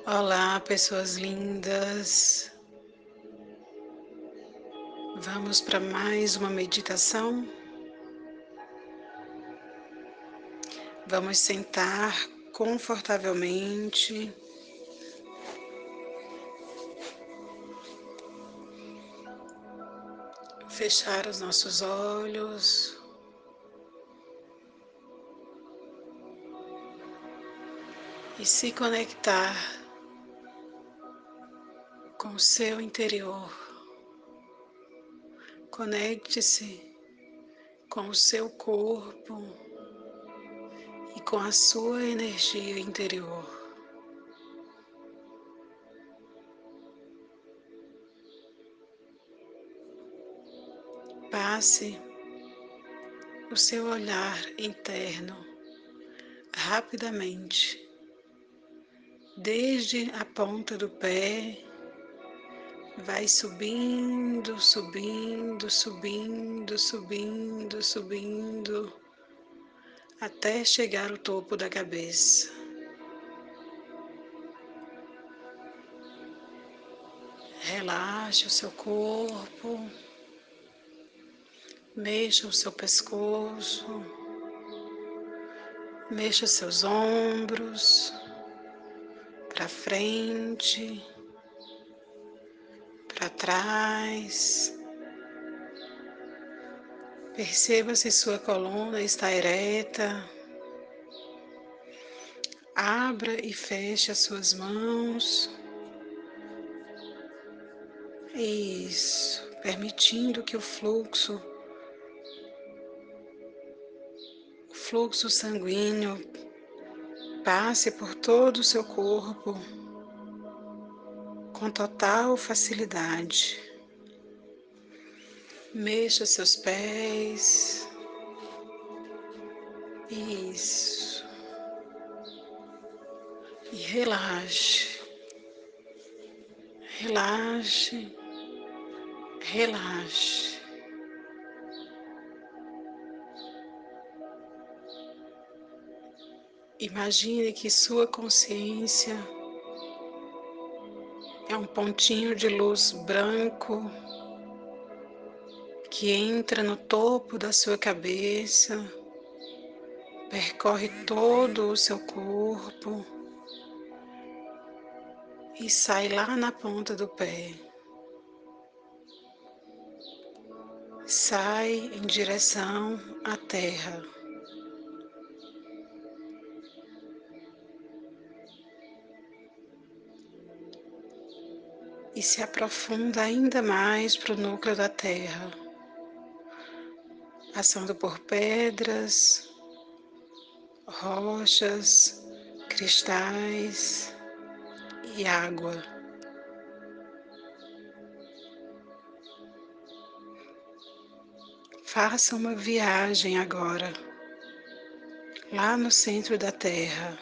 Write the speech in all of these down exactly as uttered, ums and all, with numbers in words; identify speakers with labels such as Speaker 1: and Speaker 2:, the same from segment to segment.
Speaker 1: Olá, pessoas lindas. Vamos para mais uma meditação. Vamos sentar confortavelmente. Fechar os nossos olhos. E se conectar com o seu interior. Conecte-se com o seu corpo e com a sua energia interior. Passe o seu olhar interno rapidamente, desde a ponta do pé, vai subindo, subindo, subindo, subindo, subindo, até chegar ao topo da cabeça. Relaxe o seu corpo, mexa o seu pescoço, mexa seus ombros para frente, para trás. Perceba se sua coluna está ereta. Abra e feche as suas mãos. Isso, permitindo que o fluxo, o fluxo sanguíneo passe por todo o seu corpo com total facilidade. Mexa seus pés. Isso. E relaxe. Relaxe. Relaxe. Imagine que sua consciência é um pontinho de luz branco que entra no topo da sua cabeça, percorre todo o seu corpo e sai lá na ponta do pé. Sai em direção à terra. E se aprofunda ainda mais para o núcleo da terra, passando por pedras, rochas, cristais e água. Faça uma viagem agora, lá no centro da terra.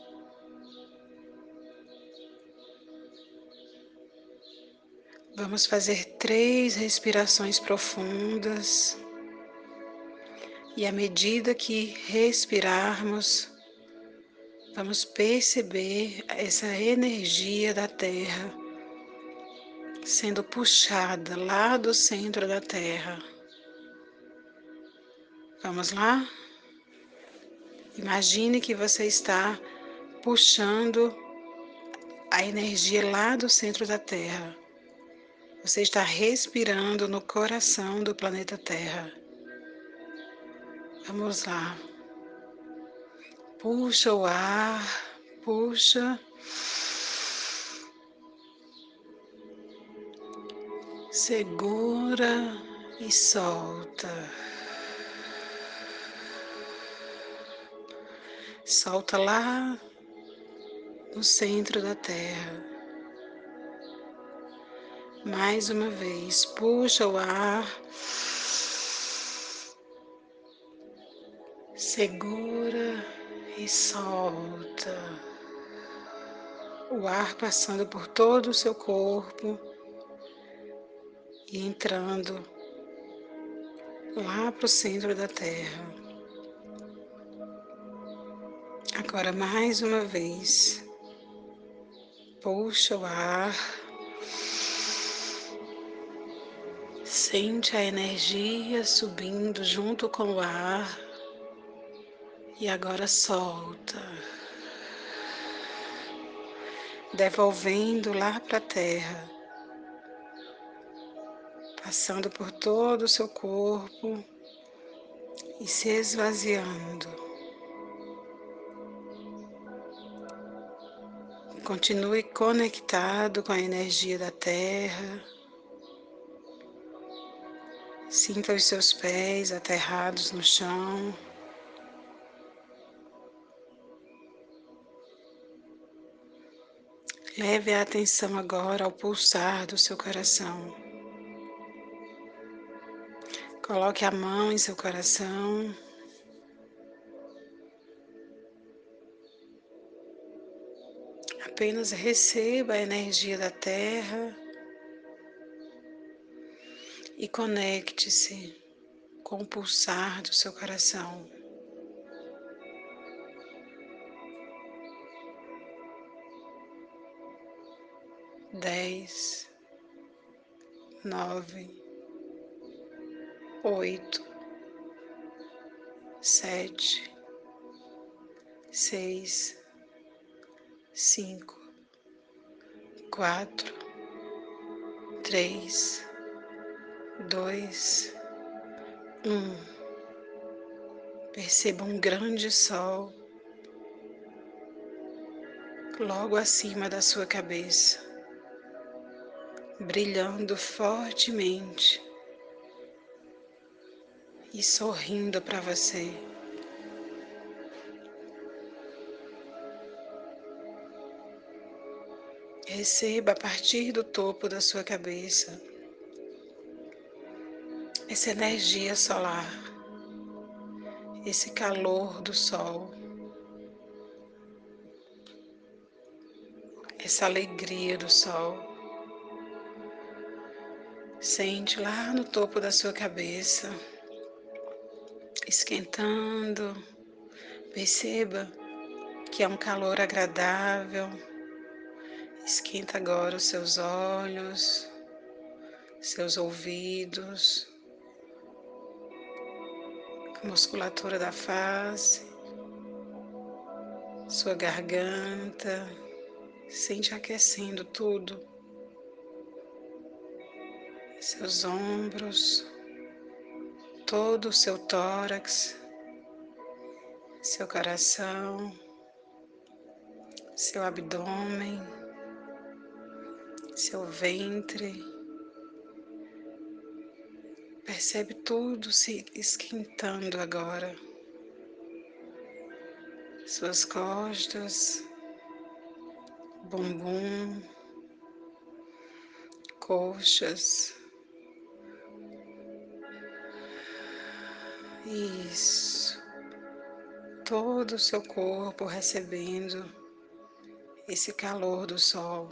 Speaker 1: Vamos fazer três respirações profundas. E à medida que respirarmos, vamos perceber essa energia da terra sendo puxada lá do centro da terra. Vamos lá? Imagine que você está puxando a energia lá do centro da terra. Você está respirando no coração do planeta Terra. Vamos lá. Puxa o ar, puxa. Segura e solta. Solta lá no centro da terra. Mais uma vez, puxa o ar. Segura e solta. O ar passando por todo o seu corpo e entrando lá para o centro da terra. Agora mais uma vez. Puxa o ar. Sente a energia subindo junto com o ar. E agora solta. Devolvendo lá para a terra. Passando por todo o seu corpo e se esvaziando. Continue conectado com a energia da terra. Sinta os seus pés aterrados no chão. Leve a atenção agora ao pulsar do seu coração. Coloque a mão em seu coração. Apenas receba a energia da terra e conecte-se com o pulsar do seu coração. Dez, nove, oito, sete, seis, cinco, quatro, três, dois, um. Perceba um grande sol logo acima da sua cabeça, brilhando fortemente e sorrindo para você. Receba a partir do topo da sua cabeça essa energia solar, esse calor do sol, essa alegria do sol. Sente lá no topo da sua cabeça, esquentando. Perceba que é um calor agradável. Esquenta agora os seus olhos, seus ouvidos, a musculatura da face, sua garganta. Sente aquecendo tudo. Seus ombros, todo o seu tórax, seu coração, seu abdômen, seu ventre. Percebe tudo se esquentando agora. Suas costas, bumbum, coxas. Isso. Todo o seu corpo recebendo esse calor do sol.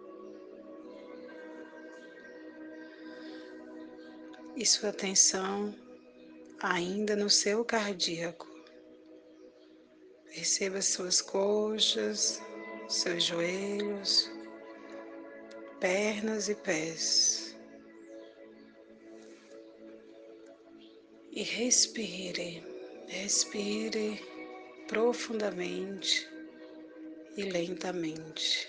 Speaker 1: E sua atenção ainda no seu cardíaco. Perceba suas coxas, seus joelhos, pernas e pés. E respire, respire profundamente e lentamente.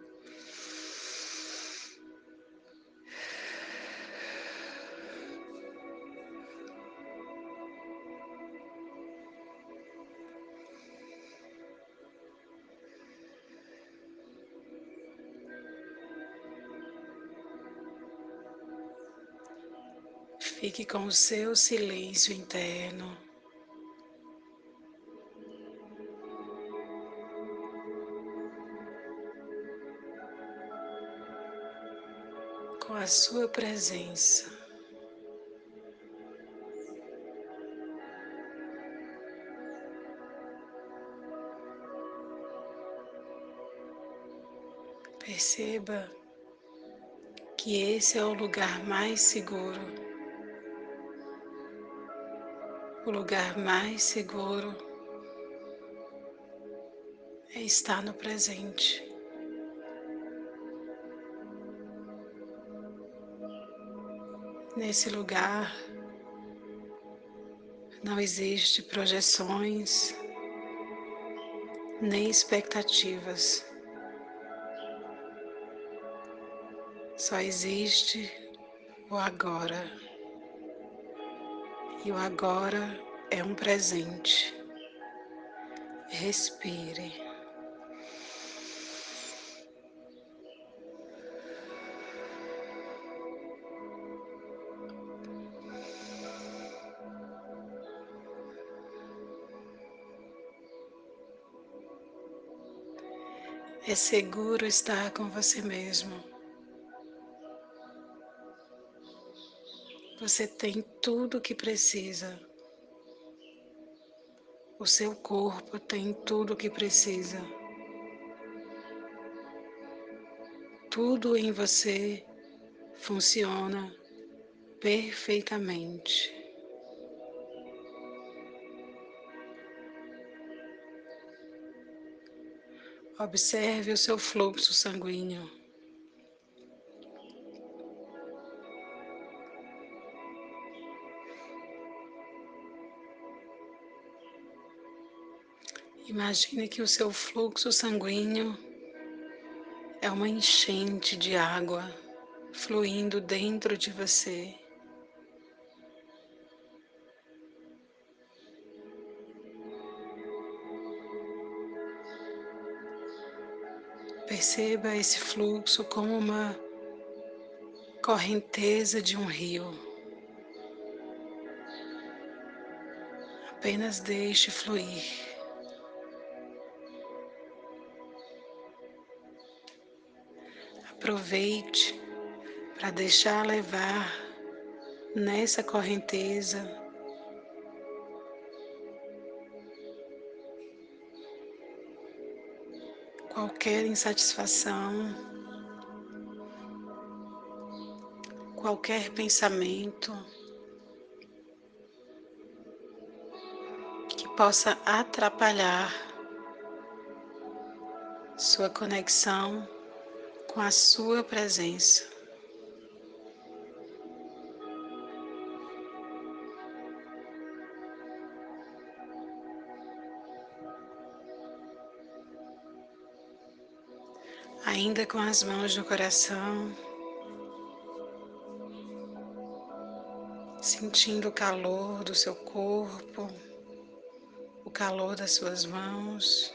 Speaker 1: Fique com o seu silêncio interno. Com a sua presença. Perceba que esse é o lugar mais seguro. O lugar mais seguro é estar no presente. Nesse lugar não existe projeções nem expectativas. Só existe o agora. E o agora é um presente. Respire. É seguro estar com você mesmo. Você tem tudo o que precisa. O seu corpo tem tudo o que precisa. Tudo em você funciona perfeitamente. Observe o seu fluxo sanguíneo. Imagine que o seu fluxo sanguíneo é uma enchente de água fluindo dentro de você. Perceba esse fluxo como uma correnteza de um rio. Apenas deixe fluir. Aproveite para deixar levar nessa correnteza qualquer insatisfação, qualquer pensamento que possa atrapalhar sua conexão com a sua presença. Ainda com as mãos no coração, sentindo o calor do seu corpo, o calor das suas mãos,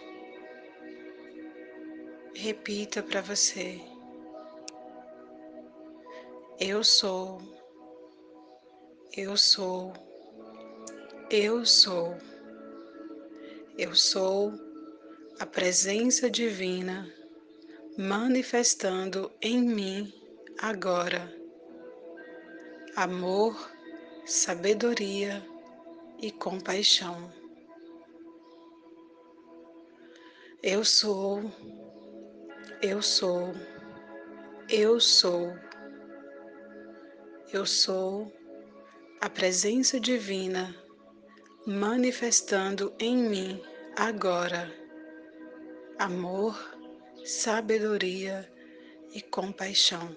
Speaker 1: repita para você: eu sou, eu sou, eu sou, eu sou a presença divina manifestando em mim agora amor, sabedoria e compaixão. Eu sou, eu sou, eu sou, eu sou a presença divina manifestando em mim agora amor, sabedoria e compaixão.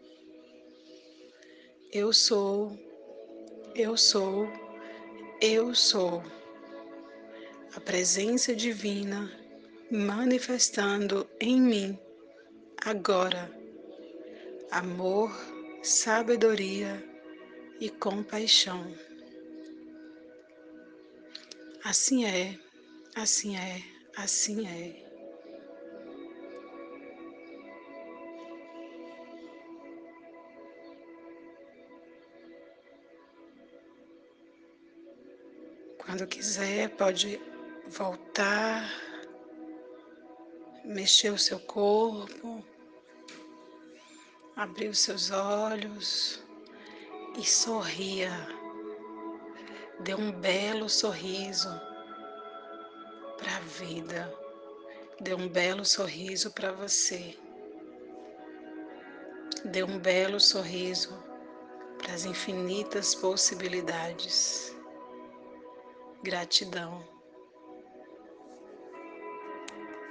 Speaker 1: Eu sou, eu sou, eu sou a presença divina manifestando em mim agora amor, sabedoria e compaixão. Assim é, assim é, assim é. Quando quiser, pode voltar, mexer o seu corpo, abrir os seus olhos e sorria. Dê um belo sorriso para a vida. Dê um belo sorriso para você. Dê um belo sorriso para as infinitas possibilidades. Gratidão.